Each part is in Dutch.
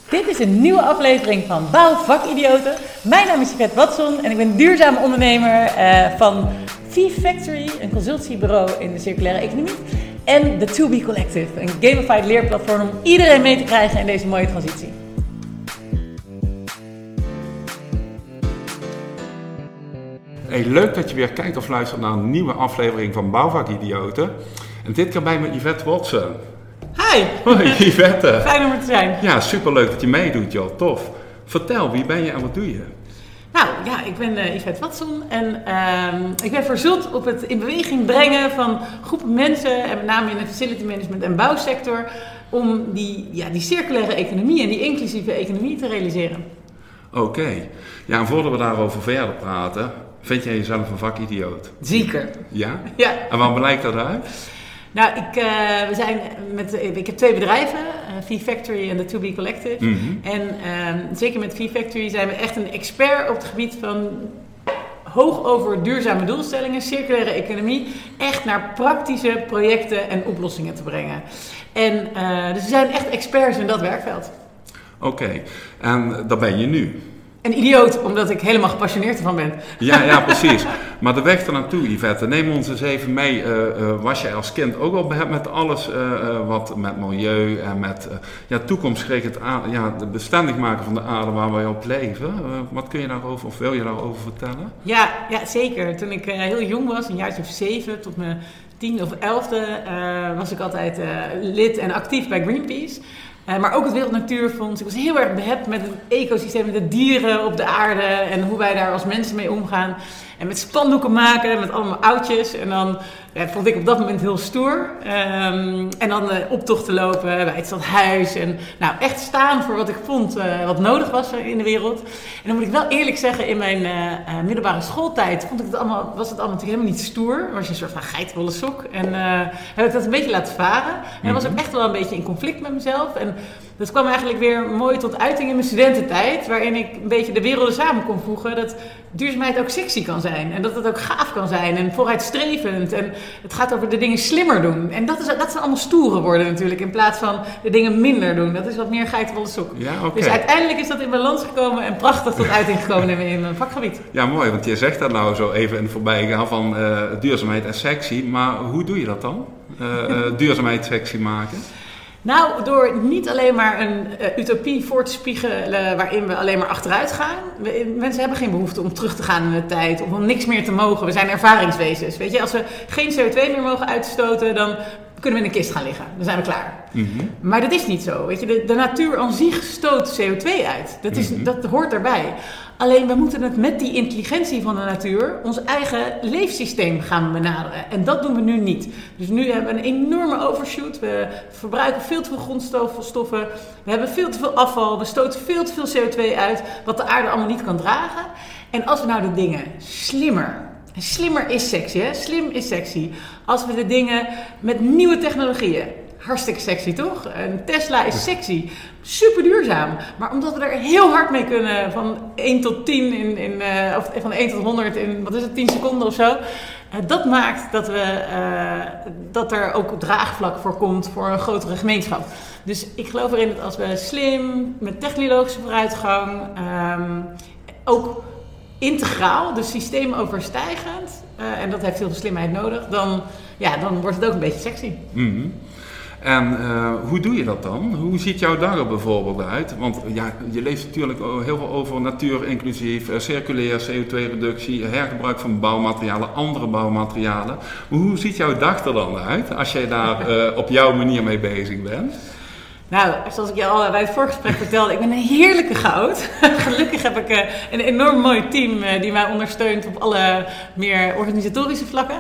Dit is een nieuwe aflevering van Bouwvakidioten. Mijn naam is Yvette Watson en ik ben duurzame ondernemer van V-Factory, een consultiebureau in de circulaire economie. En de To Be Collective, een gamified leerplatform om iedereen mee te krijgen in deze mooie transitie. Hey, leuk dat je weer kijkt of luistert naar een nieuwe aflevering van Bouwvakidioten. En dit keer bij me Yvette Watson. Hi! Hoi Yvette. Fijn om er te zijn. Ja, superleuk dat je meedoet joh, tof. Vertel, wie ben je en wat doe je? Nou ja, ik ben Yvette Watson en ik ben verzot op het in beweging brengen van groepen mensen, en met name in de facility management en bouwsector, om die circulaire economie en die inclusieve economie te realiseren. Oké. Ja, en voordat we daarover verder praten, vind jij jezelf een vakidioot? Zeker. Ja? Ja. En waar blijkt dat uit? Nou, ik heb twee bedrijven, V-Factory en de To Be Collective. Mm-hmm. En zeker met V-Factory zijn we echt een expert op het gebied van hoog over duurzame doelstellingen, circulaire economie, echt naar praktische projecten en oplossingen te brengen. En dus we zijn echt experts in dat werkveld. Oké. En dat ben je nu? Een idioot, omdat ik helemaal gepassioneerd ervan ben. Ja, precies. Maar de weg ernaartoe, Yvette, neem ons eens even mee. Was jij als kind ook al behept met alles wat met milieu en met toekomstgericht het bestendig maken van de aarde waar wij op leven? Wat kun je daarover of wil je daarover vertellen? Ja, zeker. Toen ik heel jong was, een jaartje of 7 tot mijn 10e of 11e, was ik altijd lid en actief bij Greenpeace. Maar ook het Wereld Natuurfonds. Ik was heel erg behept met het ecosysteem, met de dieren op de aarde en hoe wij daar als mensen mee omgaan. En met spandoeken maken, met allemaal oudjes. En dan vond ik op dat moment heel stoer. En dan optochten lopen bij het stadhuis. En nou, echt staan voor wat ik vond wat nodig was in de wereld. En dan moet ik wel eerlijk zeggen, in mijn middelbare schooltijd was het allemaal natuurlijk helemaal niet stoer. Dan was je een soort van geitenwolle sok. En heb ik dat een beetje laten varen. En dat was ook echt wel een beetje in conflict met mezelf. En dat kwam eigenlijk weer mooi tot uiting in mijn studententijd. Waarin ik een beetje de werelden samen kon voegen. Dat duurzaamheid ook sexy kan zijn. En dat het ook gaaf kan zijn. En vooruitstrevend. En het gaat over de dingen slimmer doen. En dat zijn allemaal stoere woorden natuurlijk. In plaats van de dingen minder doen. Dat is wat meer geitenwolle sok. Ja, okay. Dus uiteindelijk is dat in balans gekomen. En prachtig tot uiting gekomen in mijn vakgebied. Ja, mooi. Want je zegt dat nou zo even in het voorbijgaan van duurzaamheid en sexy. Maar hoe doe je dat dan? Duurzaamheid sexy maken? Nou, door niet alleen maar een utopie voor te spiegelen waarin we alleen maar achteruit gaan. Mensen hebben geen behoefte om terug te gaan in de tijd of om niks meer te mogen. We zijn ervaringswezens. Weet je, als we geen CO2 meer mogen uitstoten, dan kunnen we in een kist gaan liggen. Dan zijn we klaar. Mm-hmm. Maar dat is niet zo. Weet je, de natuur aan zich stoot CO2 uit. Dat hoort erbij. Alleen we moeten het met die intelligentie van de natuur ons eigen leefsysteem gaan benaderen. En dat doen we nu niet. Dus nu hebben we een enorme overshoot. We verbruiken veel te veel grondstoffen. We hebben veel te veel afval. We stoten veel te veel CO2 uit. Wat de aarde allemaal niet kan dragen. En als we nou de dingen slimmer... Slimmer is sexy, hè? Slim is sexy. Als we de dingen met nieuwe technologieën... Hartstikke sexy, toch? Een Tesla is sexy. Super duurzaam. Maar omdat we er heel hard mee kunnen... van 1 tot 10 of van 1 tot 100 in... 10 seconden of zo... dat maakt dat er ook draagvlak voor komt... voor een grotere gemeenschap. Dus ik geloof erin dat als we slim... met technologische vooruitgang... ook integraal, dus systeemoverstijgend... en dat heeft heel veel slimheid nodig... dan wordt het ook een beetje sexy. Mm-hmm. En hoe doe je dat dan? Hoe ziet jouw dag er bijvoorbeeld uit? Want je leest natuurlijk heel veel over natuur inclusief, circulair, CO2-reductie, hergebruik van bouwmaterialen, andere bouwmaterialen. Maar hoe ziet jouw dag er dan uit als jij daar op jouw manier mee bezig bent? Nou, zoals ik je al bij het voorgesprek vertelde, ik ben een heerlijke goud. Gelukkig heb ik een enorm mooi team die mij ondersteunt op alle meer organisatorische vlakken.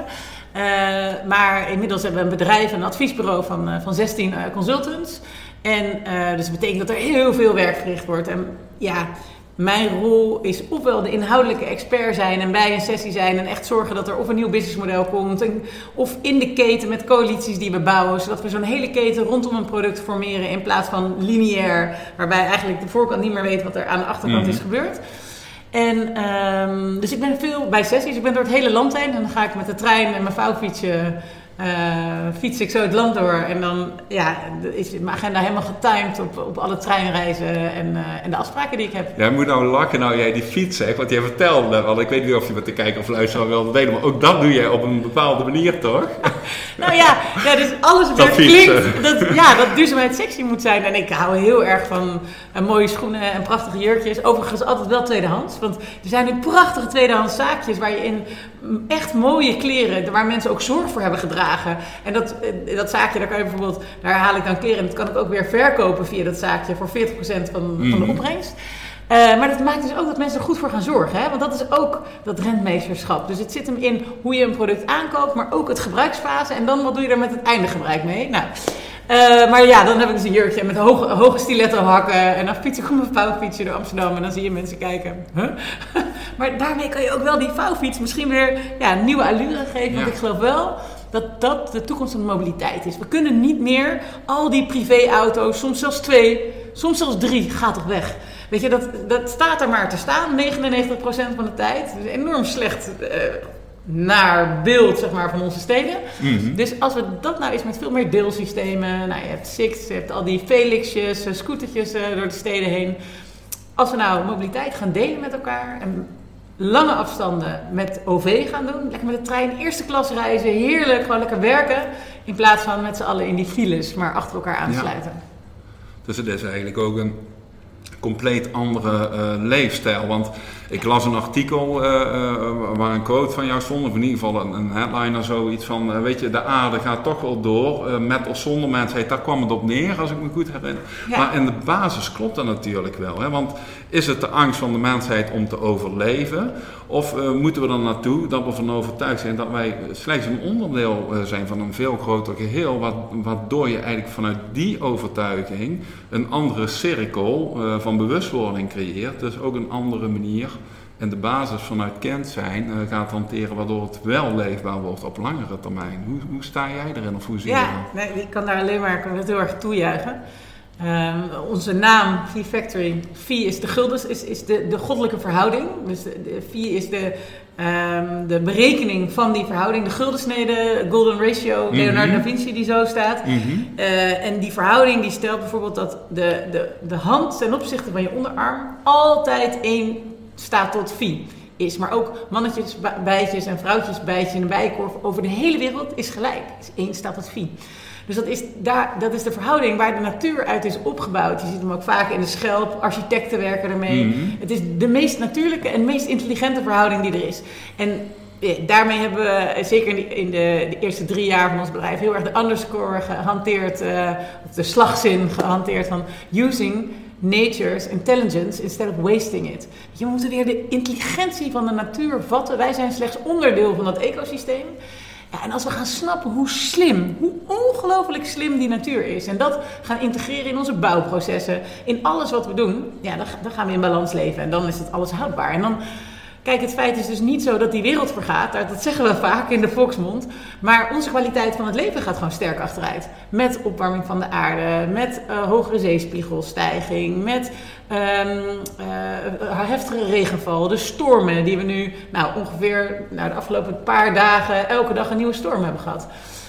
Maar inmiddels hebben we een bedrijf, een adviesbureau van 16 consultants. En dus dat betekent dat er heel veel werk verricht wordt. En ja, mijn rol is ofwel de inhoudelijke expert zijn en bij een sessie zijn en echt zorgen dat er of een nieuw businessmodel komt. Of in de keten met coalities die we bouwen, zodat we zo'n hele keten rondom een product formeren in plaats van lineair, waarbij eigenlijk de voorkant niet meer weet wat er aan de achterkant is gebeurd. En dus ik ben veel bij sessies. Ik ben door het hele land heen. En dan ga ik met de trein en mijn vouwfietsje fiets ik zo het land door en dan is mijn agenda helemaal getimed op alle treinreizen en de afspraken die ik heb. Jij moet nou lachen nou jij die fiets zegt, want jij vertelde, want ik weet niet of je met de kijker of luisteraar wilde delen, maar ook dat doe jij op een bepaalde manier toch? Nou ja, dus alles wat klinkt dat duurzaamheid sexy moet zijn. En ik hou heel erg van mooie schoenen en prachtige jurkjes. Overigens altijd wel tweedehands, want er zijn nu prachtige tweedehands zaakjes waar je in echt mooie kleren, waar mensen ook zorg voor hebben gedragen. En dat zaakje, daar haal ik dan kleren en dat kan ik ook weer verkopen via dat zaakje voor 40% van de opbrengst. Maar dat maakt dus ook dat mensen er goed voor gaan zorgen. Hè? Want dat is ook dat rentmeesterschap. Dus het zit hem in hoe je een product aankoopt, maar ook het gebruiksfase. En dan wat doe je er met het einde gebruik mee? Nou, maar ja, dan heb ik dus een jurkje met hoge stiletto hakken. En dan fiets ik op mijn vouwfietsje door Amsterdam. En dan zie je mensen kijken. Huh? Maar daarmee kan je ook wel die vouwfiets misschien weer een nieuwe allure geven. Ja. Want ik geloof wel dat de toekomst van de mobiliteit is. We kunnen niet meer al die privéauto's, soms zelfs 2, soms zelfs 3, gaat toch weg. Weet je, dat staat er maar te staan, 99% van de tijd. Dus enorm slecht naar beeld, zeg maar, van onze steden. Mm-hmm. Dus als we dat nou eens met veel meer deelsystemen... Nou, je hebt Sixt, je hebt al die Felixjes, scootertjes door de steden heen. Als we nou mobiliteit gaan delen met elkaar... en lange afstanden met OV gaan doen... lekker met de trein, eerste klas reizen, heerlijk, gewoon lekker werken... in plaats van met z'n allen in die files, maar achter elkaar aansluiten. Ja. Dus het is eigenlijk ook een compleet andere leefstijl. Want ik las een artikel waar een quote van jou stond, of in ieder geval een headliner zoiets van, weet je, de aarde gaat toch wel door, met of zonder mensheid, daar kwam het op neer, als ik me goed herinner. Ja. Maar in de basis klopt dat natuurlijk wel, hè? Want is het de angst van de mensheid om te overleven, of moeten we er naartoe dat we van overtuigd zijn dat wij slechts een onderdeel zijn van een veel groter geheel, waardoor je eigenlijk vanuit die overtuiging een andere cirkel van bewustwording creëert, dus ook een andere manier en de basis vanuit kind zijn gaat hanteren, waardoor het wel leefbaar wordt op langere termijn. Hoe sta jij erin of hoe zie je dat? Nee, ik kan daar alleen maar heel erg toejuichen. Onze naam, Phi Factory, Phi is de gulden, is de goddelijke verhouding. Dus Phi is de berekening van die verhouding, de guldensnede, golden ratio, Leonardo da Vinci die zo staat. Mm-hmm. En die verhouding die stelt bijvoorbeeld dat de hand ten opzichte van je onderarm altijd 1 staat tot Phi is. Maar ook mannetjes bijtjes en vrouwtjes bijtjes in de bijenkorf over de hele wereld is gelijk. Is 1 staat tot Phi. Dus dat is de verhouding waar de natuur uit is opgebouwd. Je ziet hem ook vaak in de schelp, architecten werken ermee. Mm-hmm. Het is de meest natuurlijke en meest intelligente verhouding die er is. En daarmee hebben we, zeker in de eerste 3 jaar van ons bedrijf, heel erg de underscore gehanteerd, of de slagzin gehanteerd van using nature's intelligence instead of wasting it. We moeten weer de intelligentie van de natuur vatten. Wij zijn slechts onderdeel van dat ecosysteem. Ja, en als we gaan snappen hoe ongelooflijk slim die natuur is en dat gaan integreren in onze bouwprocessen, in alles wat we doen, dan gaan we in balans leven en dan is het alles houdbaar. En dan, kijk, het feit is dus niet zo dat die wereld vergaat, dat zeggen we vaak in de volksmond, maar onze kwaliteit van het leven gaat gewoon sterk achteruit. Met opwarming van de aarde, met hogere zeespiegelstijging, met heftige regenval, de stormen die we nu ongeveer de afgelopen paar dagen elke dag een nieuwe storm hebben gehad.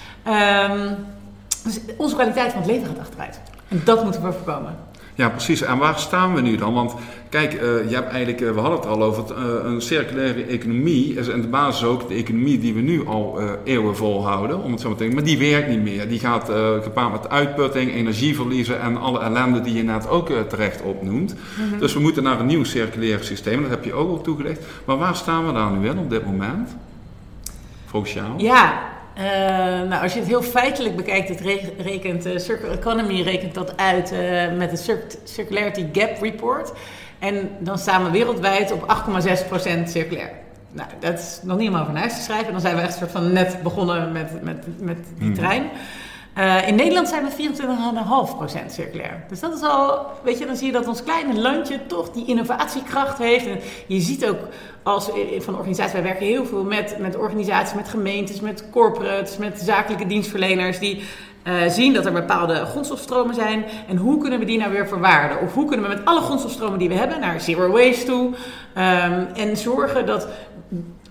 Dus onze kwaliteit van het leven gaat achteruit. En dat moeten we voorkomen. Ja, precies. En waar staan we nu dan? Want kijk, je hebt eigenlijk, we hadden het al over een circulaire economie. Is in de basis ook de economie die we nu al eeuwen volhouden, om het zo maar te zeggen. Maar die werkt niet meer. Die gaat gepaard met uitputting, energieverliezen en alle ellende die je net ook terecht opnoemt. Mm-hmm. Dus we moeten naar een nieuw circulair systeem. Dat heb je ook al toegelicht. Maar waar staan we daar nu in op dit moment? Volgens jou? Ja. Als je het heel feitelijk bekijkt, Circular Economy rekent dat uit met de Circularity Gap Report. En dan staan we wereldwijd op 8,6% circulair. Nou, dat is nog niet helemaal van huis te schrijven. Dan zijn we echt soort van net begonnen met die trein. In Nederland zijn we 24,5% circulair. Dus dat is al, weet je, dan zie je dat ons kleine landje toch die innovatiekracht heeft. En je ziet ook van organisaties, wij werken heel veel met organisaties, met gemeentes, met corporates, met zakelijke dienstverleners die zien dat er bepaalde grondstofstromen zijn. En hoe kunnen we die nou weer verwaarden? Of hoe kunnen we met alle grondstofstromen die we hebben naar zero waste toe? En zorgen dat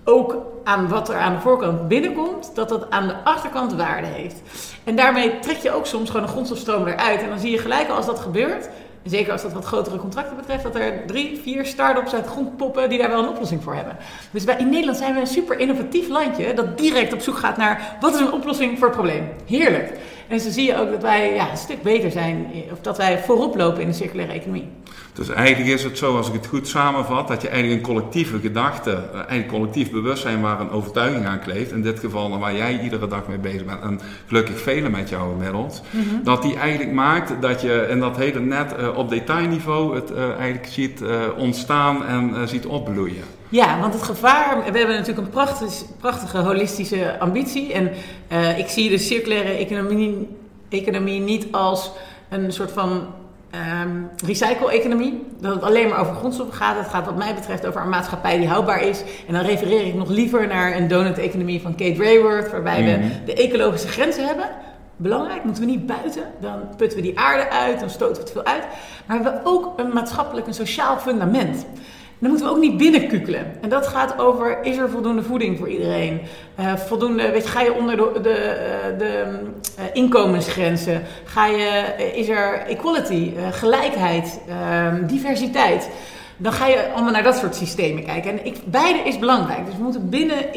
ook aan wat er aan de voorkant binnenkomt, dat aan de achterkant waarde heeft. En daarmee trek je ook soms gewoon een grondstofstroom eruit. En dan zie je gelijk al als dat gebeurt, en zeker als dat wat grotere contracten betreft, dat er 3, 4 start-ups uit de grond poppen die daar wel een oplossing voor hebben. Dus in Nederland zijn we een super innovatief landje dat direct op zoek gaat naar wat is een oplossing voor het probleem. Heerlijk. En zo zie je ook dat wij een stuk beter zijn, of dat wij voorop lopen in de circulaire economie. Dus eigenlijk is het zo, als ik het goed samenvat, dat je eigenlijk een collectieve gedachte, eigenlijk collectief bewustzijn waar een overtuiging aan kleeft, in dit geval waar jij iedere dag mee bezig bent, en gelukkig velen met jou inmiddels, dat die eigenlijk maakt dat je in dat hele net op detailniveau het eigenlijk ziet ontstaan en ziet opbloeien. Ja, want het gevaar, we hebben natuurlijk een prachtige holistische ambitie en ik zie de circulaire economie niet als een soort van recycle-economie, dat het alleen maar over grondstoffen gaat. Het gaat wat mij betreft over een maatschappij die houdbaar is. En dan refereer ik nog liever naar een donut-economie van Kate Raworth, waarbij we de ecologische grenzen hebben. Belangrijk, moeten we niet buiten, dan putten we die aarde uit, dan stoten we te veel uit. Maar we hebben ook een maatschappelijk, een sociaal fundament. Dan moeten we ook niet binnenkukelen. En dat gaat over, is er voldoende voeding voor iedereen? Ga je onder de inkomensgrenzen? Is er equality, gelijkheid, diversiteit? Dan ga je allemaal naar dat soort systemen kijken. En beide is belangrijk. Dus we moeten binnen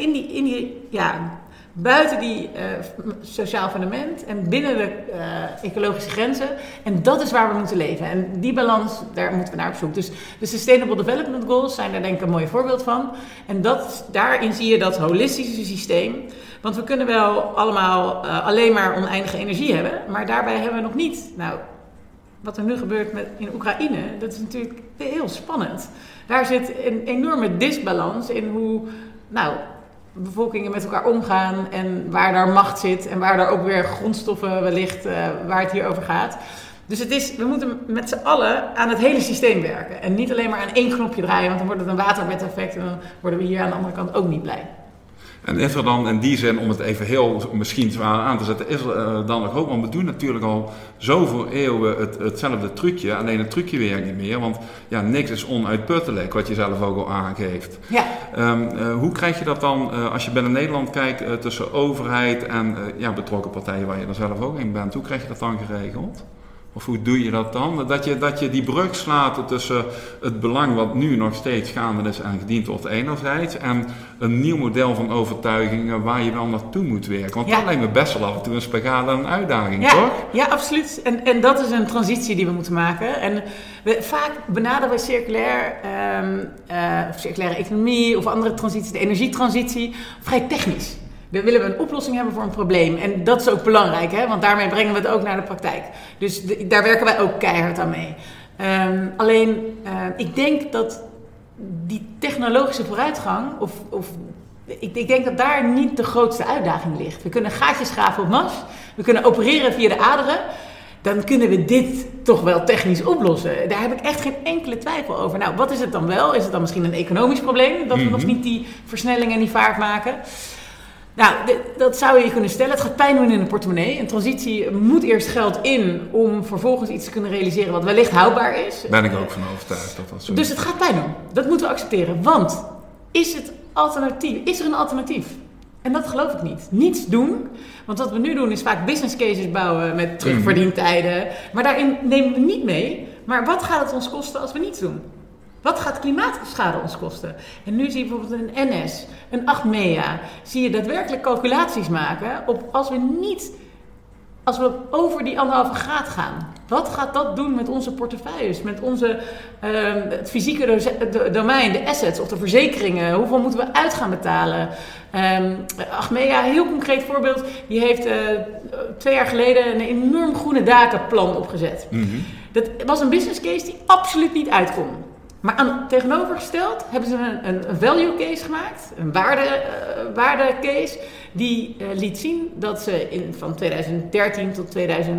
buiten die sociaal fundament en binnen de ecologische grenzen. En dat is waar we moeten leven. En die balans, daar moeten we naar op zoek. Dus de Sustainable Development Goals zijn daar denk ik een mooi voorbeeld van. En daarin zie je dat holistische systeem. Want we kunnen wel allemaal alleen maar oneindige energie hebben. Maar daarbij hebben we nog niet... wat er nu gebeurt in Oekraïne, dat is natuurlijk heel spannend. Daar zit een enorme disbalans in hoe... bevolkingen met elkaar omgaan en waar daar macht zit en waar daar ook weer grondstoffen wellicht, waar het hier over gaat. Dus we moeten met z'n allen aan het hele systeem werken en niet alleen maar aan één knopje draaien, want dan wordt het een waterbedeffect en dan worden we hier aan de andere kant ook niet blij. En is er dan in die zin, om het even heel misschien zwaar aan te zetten, is er dan nog ook, want we doen natuurlijk al zoveel eeuwen hetzelfde trucje, alleen het trucje werkt niet meer, want niks is onuitputtelijk, wat je zelf ook al aangeeft. Ja. Hoe krijg je dat dan, als je binnen Nederland kijkt, tussen overheid en betrokken partijen waar je er zelf ook in bent, hoe krijg je dat dan geregeld? Of hoe doe je dat dan? Dat je die brug slaat tussen het belang wat nu nog steeds gaande is en gediend wordt enerzijds en een nieuw model van overtuigingen waar je wel naartoe moet werken. Want dat lijkt me best wel af en toe een spagaat en een uitdaging, toch? Ja, absoluut. En dat is een transitie die we moeten maken. En vaak benaderen we circulaire economie of andere transities, de energietransitie, vrij technisch. We willen een oplossing hebben voor een probleem. En dat is ook belangrijk, hè? Want daarmee brengen we het ook naar de praktijk. Dus daar werken wij ook keihard aan mee. Ik denk dat die technologische vooruitgang, ik denk dat daar niet de grootste uitdaging ligt. We kunnen gaatjes graven op Mars, we kunnen opereren via de aderen. Dan kunnen we dit toch wel technisch oplossen. Daar heb ik echt geen enkele twijfel over. Wat is het dan wel? Is het dan misschien een economisch probleem? Dat we nog niet die versnelling en die vaart maken? Dat zou je kunnen stellen. Het gaat pijn doen in de portemonnee. Een transitie moet eerst geld in om vervolgens iets te kunnen realiseren wat wellicht houdbaar is. Ben ik ook van overtuigd dat dat zo is. Dus het gaat pijn doen. Dat moeten we accepteren. Want is er een alternatief? En dat geloof ik niet. Niets doen. Want wat we nu doen is vaak business cases bouwen met terugverdientijden. Maar daarin nemen we niet mee. Maar wat gaat het ons kosten als we niets doen? Wat gaat klimaatschade ons kosten? En nu zie je bijvoorbeeld een NS, een Achmea. Zie je daadwerkelijk calculaties maken op als we over die 1,5 graad gaan. Wat gaat dat doen met onze portefeuilles, met het fysieke domein, de assets of de verzekeringen? Hoeveel moeten we uit gaan betalen? Achmea, heel concreet voorbeeld, die heeft 2 jaar geleden een enorm groene dakenplan opgezet. Mm-hmm. Dat was een business case die absoluut niet uitkwam. Maar tegenovergesteld hebben ze een value case gemaakt, een waarde case, die liet zien dat ze van 2013 tot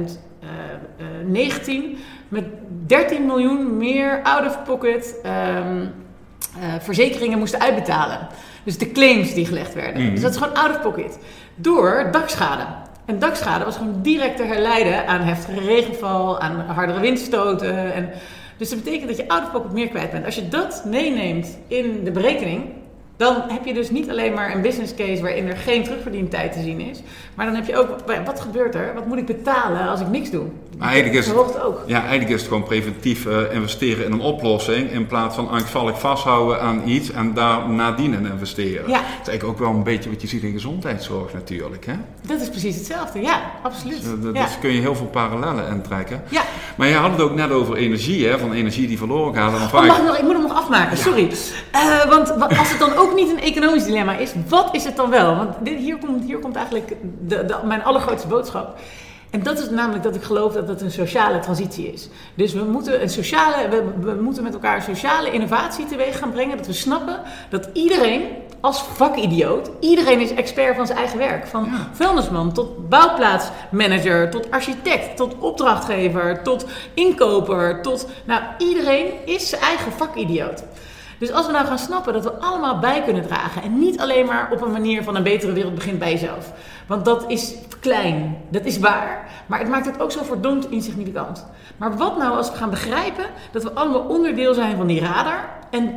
2019 met 13 miljoen meer out-of-pocket verzekeringen moesten uitbetalen. Dus de claims die gelegd werden. Mm. Dus dat is gewoon out-of-pocket. Door dakschade. En dakschade was gewoon direct te herleiden aan heftige regenval, aan hardere windstoten. Dus dat betekent dat je out-of-pocket meer kwijt bent. Als je dat meeneemt in de berekening, Dan heb je dus niet alleen maar een business case waarin er geen terugverdientijd te zien is. Maar dan heb je ook, wat gebeurt er? Wat moet ik betalen als ik niks doe? Maar eigenlijk is het gewoon preventief investeren in een oplossing. In plaats van angstvallig vasthouden aan iets en daar nadien in investeren. Ja. Dat is eigenlijk ook wel een beetje wat je ziet in gezondheidszorg natuurlijk. Hè? Dat is precies hetzelfde, ja, absoluut. Dus kun je heel veel parallellen intrekken. Ja. Maar je had het ook net over energie, hè? Van energie die verloren gaat. Ik moet hem nog afmaken, sorry. Want als het dan ook niet een economisch dilemma is, wat is het dan wel? Want hier komt eigenlijk mijn allergrootste boodschap. En dat is namelijk dat ik geloof dat het een sociale transitie is. Dus we moeten met elkaar een sociale innovatie teweeg gaan brengen. Dat we snappen dat iedereen als vakidioot, iedereen is expert van zijn eigen werk. Van vuilnisman tot bouwplaatsmanager, tot architect, tot opdrachtgever, tot inkoper, iedereen is zijn eigen vakidioot. Dus als we nou gaan snappen dat we allemaal bij kunnen dragen en niet alleen maar op een manier van een betere wereld begint bij jezelf. Want dat is klein, dat is waar, maar het maakt het ook zo verdomd insignificant. Maar wat nou als we gaan begrijpen dat we allemaal onderdeel zijn van die radar en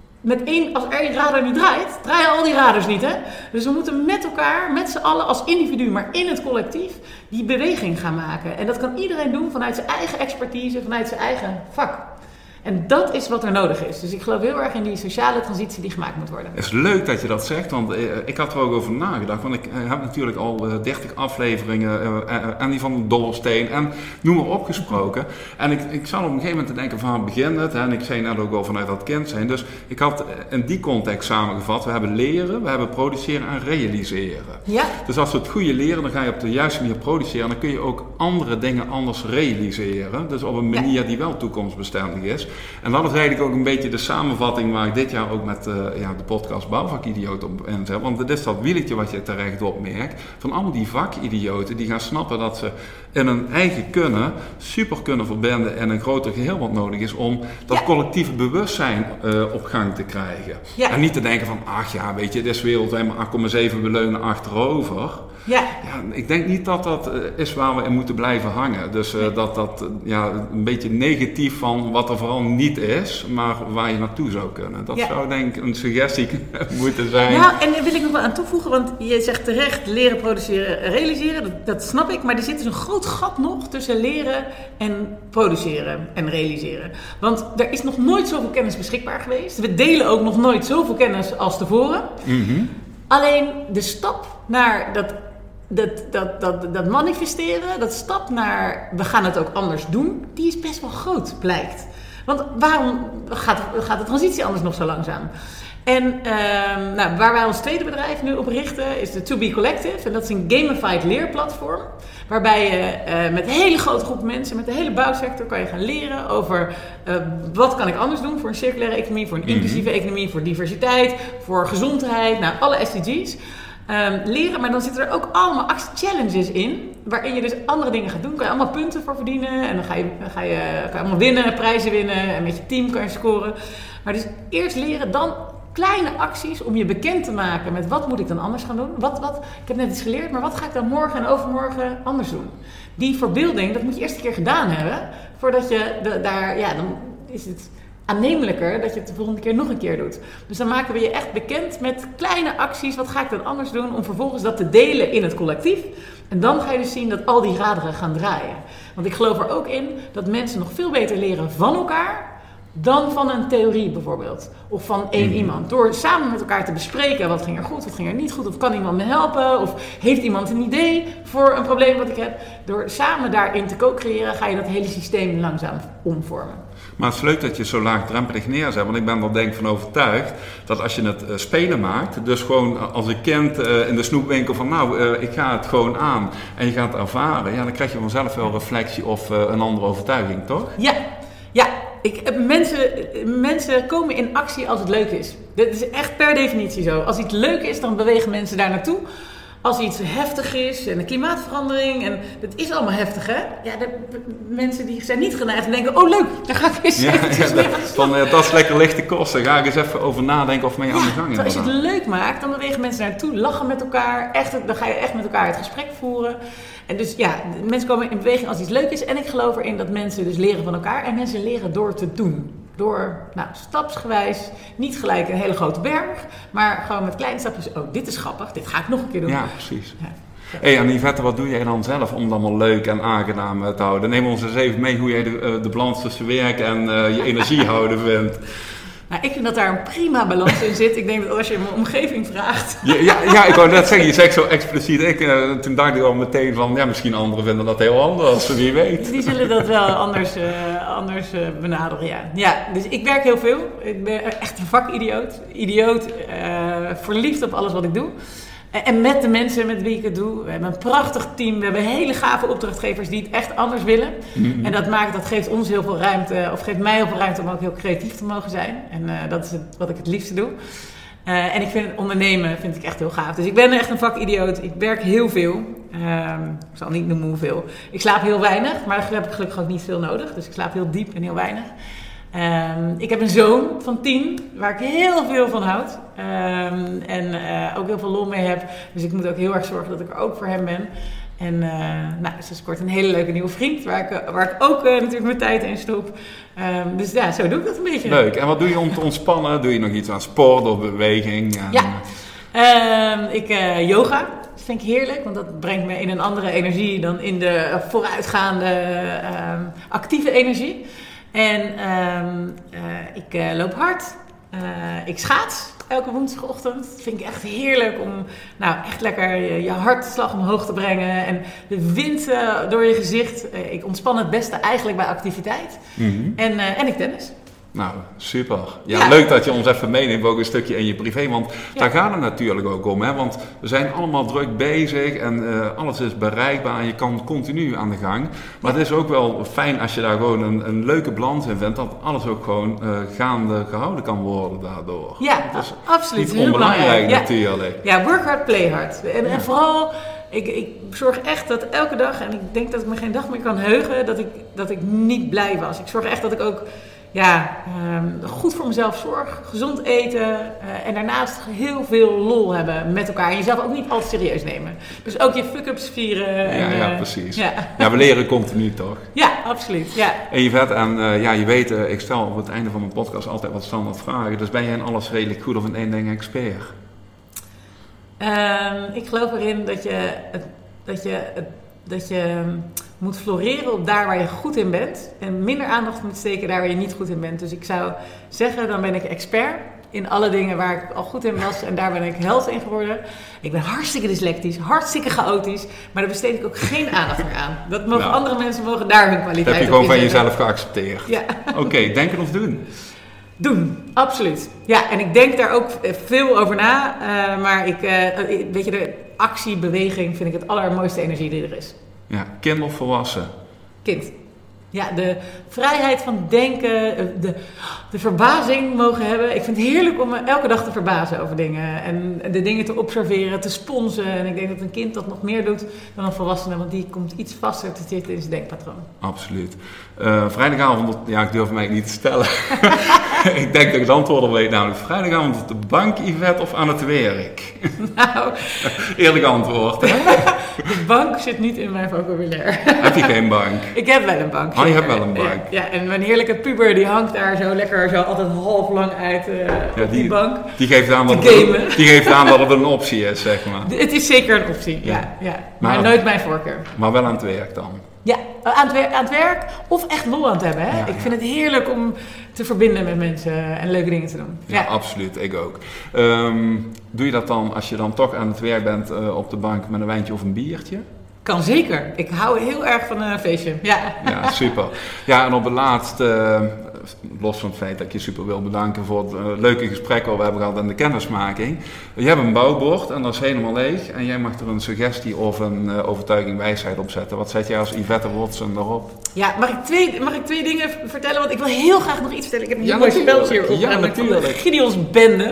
als er één radar niet draait, draaien al die radars niet, hè? Dus we moeten met elkaar, met z'n allen als individu, maar in het collectief, die beweging gaan maken. En dat kan iedereen doen vanuit zijn eigen expertise, vanuit zijn eigen vak. En dat is wat er nodig is. Dus ik geloof heel erg in die sociale transitie die gemaakt moet worden. Het is leuk dat je dat zegt, want ik had er ook over nagedacht. Want ik heb natuurlijk al 30 afleveringen en die van de Dobbelsteen en noem maar opgesproken. En ik zat op een gegeven moment te denken van begin het. En ik zei net ook al vanuit dat kind zijn. Dus ik had in die context samengevat. We hebben leren, we hebben produceren en realiseren. Ja. Dus als we het goede leren, dan ga je op de juiste manier produceren. En dan kun je ook andere dingen anders realiseren. Dus op een manier die wel toekomstbestendig is. En dat is eigenlijk ook een beetje de samenvatting waar ik dit jaar ook met de podcast Bouwvakidioot op inzet. Want het is dat wieltje wat je terecht opmerkt. Van allemaal die vakidioten die gaan snappen dat ze in hun eigen kunnen super kunnen verbinden en een groter geheel wat nodig is om dat collectieve bewustzijn op gang te krijgen. Ja. En niet te denken van, weet je, deze wereld zijn maar 8,7 leunen achterover. Ja, ik denk niet dat dat is waar we in moeten blijven hangen. Dus dat een beetje negatief van wat er vooral niet is, maar waar je naartoe zou kunnen. Dat zou denk ik een suggestie moeten zijn. Ja, en daar wil ik nog wel aan toevoegen, want je zegt terecht leren, produceren, realiseren. Dat snap ik, maar er zit dus een groot gat nog tussen leren en produceren en realiseren. Want er is nog nooit zoveel kennis beschikbaar geweest. We delen ook nog nooit zoveel kennis als tevoren. Mm-hmm. Alleen de stap naar dat manifesteren, dat stap naar we gaan het ook anders doen, die is best wel groot, blijkt. Want waarom gaat de transitie anders nog zo langzaam? En waar wij ons tweede bedrijf nu op richten is de To Be Collective. En dat is een gamified leerplatform. Waarbij je met een hele grote groep mensen, met de hele bouwsector kan je gaan leren over wat kan ik anders doen voor een circulaire economie, voor een inclusieve economie, voor diversiteit, voor gezondheid, alle SDG's. Leren, maar dan zitten er ook allemaal actie-challenges in, waarin je dus andere dingen gaat doen. Kan je allemaal punten voor verdienen en dan kan je allemaal winnen, prijzen winnen en met je team kan je scoren. Maar dus eerst leren, dan kleine acties om je bekend te maken met wat moet ik dan anders gaan doen. Ik heb net iets geleerd, maar wat ga ik dan morgen en overmorgen anders doen? Die verbeelding, dat moet je eerst een keer gedaan hebben, voordat je dan is het aannemelijker dat je het de volgende keer nog een keer doet. Dus dan maken we je echt bekend met kleine acties. Wat ga ik dan anders doen om vervolgens dat te delen in het collectief? En dan ga je dus zien dat al die raderen gaan draaien. Want ik geloof er ook in dat mensen nog veel beter leren van elkaar dan van een theorie bijvoorbeeld. Of van één iemand. Door samen met elkaar te bespreken wat ging er goed, wat ging er niet goed. Of kan iemand me helpen? Of heeft iemand een idee voor een probleem wat ik heb? Door samen daarin te co-creëren ga je dat hele systeem langzaam omvormen. Maar het is leuk dat je zo laagdrempelig neerzet, want ik ben er denk ik van overtuigd dat als je het spelen maakt, dus gewoon als een kind in de snoepwinkel van ik ga het gewoon aan en je gaat het ervaren, dan krijg je vanzelf wel reflectie of een andere overtuiging, toch? Ja. Mensen komen in actie als het leuk is. Dat is echt per definitie zo. Als iets leuk is, dan bewegen mensen daar naartoe. Als iets heftig is en de klimaatverandering, en dat is allemaal heftig, hè? Ja, mensen die zijn niet geneigd en denken, oh leuk, daar ga ik eens eventjes mee aan de slag. Dat is lekker lichte kosten, ga ik eens even over nadenken of mee aan de gang is. Als je het leuk maakt, dan bewegen mensen naartoe, lachen met elkaar, dan ga je echt met elkaar het gesprek voeren. En dus mensen komen in beweging als iets leuk is en ik geloof erin dat mensen dus leren van elkaar en mensen leren door te doen. Door, stapsgewijs, niet gelijk een hele grote berg, maar gewoon met kleine stapjes. Oh, dit is grappig, dit ga ik nog een keer doen. Ja, precies. Ja. Hey, en Yvette, wat doe jij dan zelf om het allemaal leuk en aangenaam te houden? Neem ons eens even mee hoe jij de balans tussen werk en je energie houden vindt. Nou, ik vind dat daar een prima balans in zit. Ik denk dat als je mijn omgeving vraagt... Ja, ik wou net zeggen, je zegt zo expliciet. Toen dacht ik al meteen van, misschien anderen vinden dat heel anders, wie weet. Die zullen dat wel anders benaderen, ja. Ja, dus ik werk heel veel. Ik ben echt een vakidioot. Verliefd op alles wat ik doe. En met de mensen met wie ik het doe. We hebben een prachtig team. We hebben hele gave opdrachtgevers die het echt anders willen. Mm-hmm. En dat geeft ons heel veel ruimte. Of geeft mij heel veel ruimte om ook heel creatief te mogen zijn. En dat is wat ik het liefste doe. En ik vind ondernemen echt heel gaaf. Dus ik ben echt een vakidioot. Ik werk heel veel. Ik zal niet noemen hoeveel. Ik slaap heel weinig. Maar daar heb ik gelukkig ook niet veel nodig. Dus ik slaap heel diep en heel weinig. Ik heb een zoon van 10, waar ik heel veel van houd. En ook heel veel lol mee heb. Dus ik moet ook heel erg zorgen dat ik er ook voor hem ben. En sinds kort een hele leuke nieuwe vriend, waar ik ook natuurlijk mijn tijd in stop. Dus ja, zo doe ik dat een beetje. Leuk. En wat doe je om te ontspannen? Doe je nog iets aan sport of beweging? Yoga. Dat vind ik heerlijk, want dat brengt me in een andere energie dan in de vooruitgaande actieve energie. En ik loop hard. Ik schaats elke woensdagochtend. Dat vind ik echt heerlijk om echt lekker je hartslag omhoog te brengen. En de wind door je gezicht. Ik ontspan het beste eigenlijk bij activiteit. Mm-hmm. En ik tennis. Nou, super. Ja, leuk dat je ons even meeneemt, ook een stukje in je privé, want daar gaat het natuurlijk ook om. Hè? Want we zijn allemaal druk bezig en alles is bereikbaar en je kan continu aan de gang. Maar het is ook wel fijn als je daar gewoon een leuke balans in vindt, dat alles ook gewoon gaande gehouden kan worden daardoor. Ja, dat is absoluut. Niet onbelangrijk natuurlijk. Ja, work hard, play hard. En vooral... Ik zorg echt dat elke dag, en ik denk dat ik me geen dag meer kan heugen, dat ik niet blij was. Ik zorg echt dat ik ook goed voor mezelf zorg, gezond eten en daarnaast heel veel lol hebben met elkaar. En jezelf ook niet al te serieus nemen. Dus ook je fuck-ups vieren. Ja, precies. Ja, we leren continu toch? Ja, absoluut. Ja. En Yvette, je weet, ik stel op het einde van mijn podcast altijd wat standaard vragen. Dus ben jij in alles redelijk goed of in één ding expert? Ik geloof erin dat je moet floreren op daar waar je goed in bent. En minder aandacht moet steken daar waar je niet goed in bent. Dus ik zou zeggen, dan ben ik expert in alle dingen waar ik al goed in was. En daar ben ik held in geworden. Ik ben hartstikke dyslectisch, hartstikke chaotisch. Maar daar besteed ik ook geen aandacht meer aan. Dat mogen andere mensen mogen daar hun kwaliteit op. Dat heb je gewoon van jezelf geaccepteerd. Ja. Oké, denken of doen? Doen, absoluut. Ja, en ik denk daar ook veel over na. Maar weet je, de actie, beweging vind ik het allermooiste energie die er is. Ja, kind of volwassen? Kind. Ja, de vrijheid van denken, de verbazing mogen hebben. Ik vind het heerlijk om me elke dag te verbazen over dingen. En de dingen te observeren, te sponsen. En ik denk dat een kind dat nog meer doet dan een volwassene. Want die komt iets vaster te zitten in zijn denkpatroon. Absoluut. Vrijdagavond, ik durf mij niet te stellen. Ik denk dat ik het antwoord al weet. Namelijk vrijdagavond op de bank, Yvette, of aan het werk? Nou... Eerlijk antwoord. Hè? De bank zit niet in mijn vocabulaire. Heb je geen bank? Ik heb wel een bank. Oh, je hebt wel een bank. Ja, en mijn heerlijke puber die hangt daar zo lekker zo altijd half lang uit op die bank. Die geeft aan dat het een optie is, zeg maar. Het is zeker een optie, ja. Maar nooit mijn voorkeur. Maar wel aan het werk dan? Ja, aan het werk of echt lol aan het hebben. Hè? Ik vind het heerlijk om te verbinden met mensen en leuke dingen te doen. Ja, absoluut. Ik ook. Doe je dat dan, als je dan toch aan het werk bent op de bank met een wijntje of een biertje? Kan zeker. Ik hou heel erg van een feestje. Ja, super. Ja, en op het laatste, los van het feit dat ik je super wil bedanken voor het leuke gesprek wat we hebben gehad en de kennismaking. Je hebt een bouwbord en dat is helemaal leeg. En jij mag er een suggestie of een overtuiging wijsheid op zetten. Wat zet jij als Yvette Watson daarop? Ja, mag ik twee dingen vertellen? Want ik wil heel graag nog iets vertellen. Ik heb een mooi speltje hierop. Ja, natuurlijk. Gideons Bende.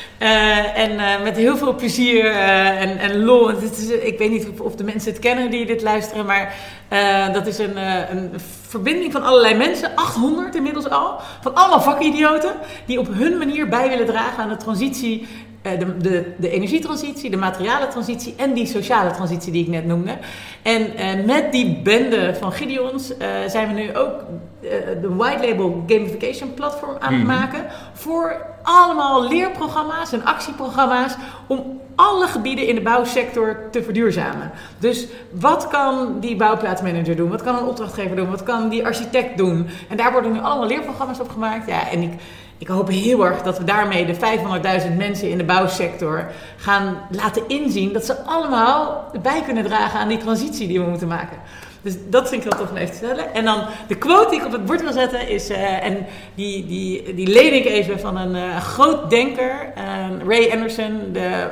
Met heel veel plezier en lol. Ik weet niet of de mensen het kennen die dit luisteren, maar dat is een verbinding van allerlei mensen, 800 inmiddels al, van allemaal vakidioten, die op hun manier bij willen dragen aan de transitie de energietransitie, de materialentransitie en die sociale transitie die ik net noemde. En met die bende van Gideons zijn we nu ook de white label gamification platform aan het maken voor allemaal leerprogramma's en actieprogramma's om alle gebieden in de bouwsector te verduurzamen. Dus wat kan die bouwplaatsmanager doen? Wat kan een opdrachtgever doen? Wat kan die architect doen? En daar worden nu allemaal leerprogramma's op gemaakt. Ja, en ik hoop heel erg dat we daarmee de 500.000 mensen in de bouwsector gaan laten inzien dat ze allemaal bij kunnen dragen aan die transitie die we moeten maken. Dus dat vind ik wel tof om even te vertellen. En dan de quote die ik op het bord wil zetten is, en die leen ik even van een groot denker, Ray Anderson, de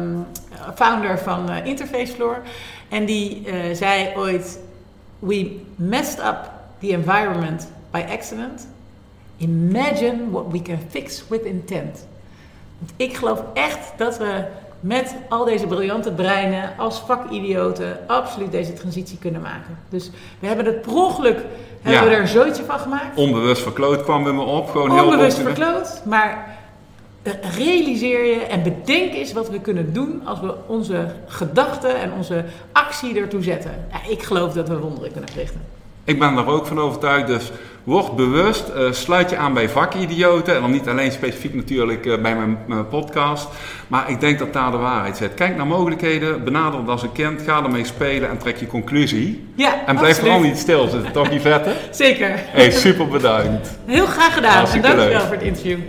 founder van Interface Floor. En die zei ooit, we messed up the environment by accident. Imagine what we can fix with intent. Want ik geloof echt dat we met al deze briljante breinen als vakidioten absoluut deze transitie kunnen maken. Dus we hebben het per ongeluk hebben we er een zootje van gemaakt. Onbewust verkloot kwam bij me op. Gewoon onbewust heel verkloot, maar realiseer je en bedenk eens wat we kunnen doen als we onze gedachten en onze actie ertoe zetten. Ja, ik geloof dat we wonderen kunnen verrichten. Ik ben er ook van overtuigd, dus word bewust, sluit je aan bij vakidioten en dan niet alleen specifiek natuurlijk bij mijn podcast, maar ik denk dat daar de waarheid zit. Kijk naar mogelijkheden, benader het als een kind, ga ermee spelen en trek je conclusie. Ja, en blijf vooral niet stil zitten, toch niet vet hè? Zeker. Hey, super bedankt. Heel graag gedaan Hartstikke en dankjewel leuk. voor het interview.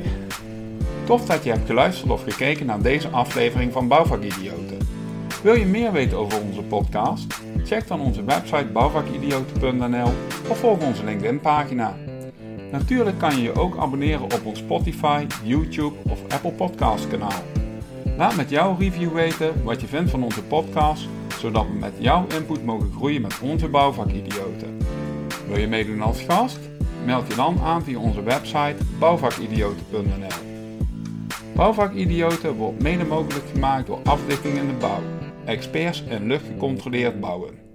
Tof dat je hebt geluisterd of gekeken naar deze aflevering van Bouwvakidioten. Wil je meer weten over onze podcast? Check dan onze website bouwvakidioten.nl of volg onze LinkedIn pagina. Natuurlijk kan je je ook abonneren op ons Spotify, YouTube of Apple Podcast kanaal. Laat met jouw review weten wat je vindt van onze podcast, zodat we met jouw input mogen groeien met onze bouwvakidioten. Wil je meedoen als gast? Meld je dan aan via onze website bouwvakidioten.nl. Bouwvakidioten wordt mede mogelijk gemaakt door Afdekking in de Bouw. Experts in luchtgecontroleerd bouwen.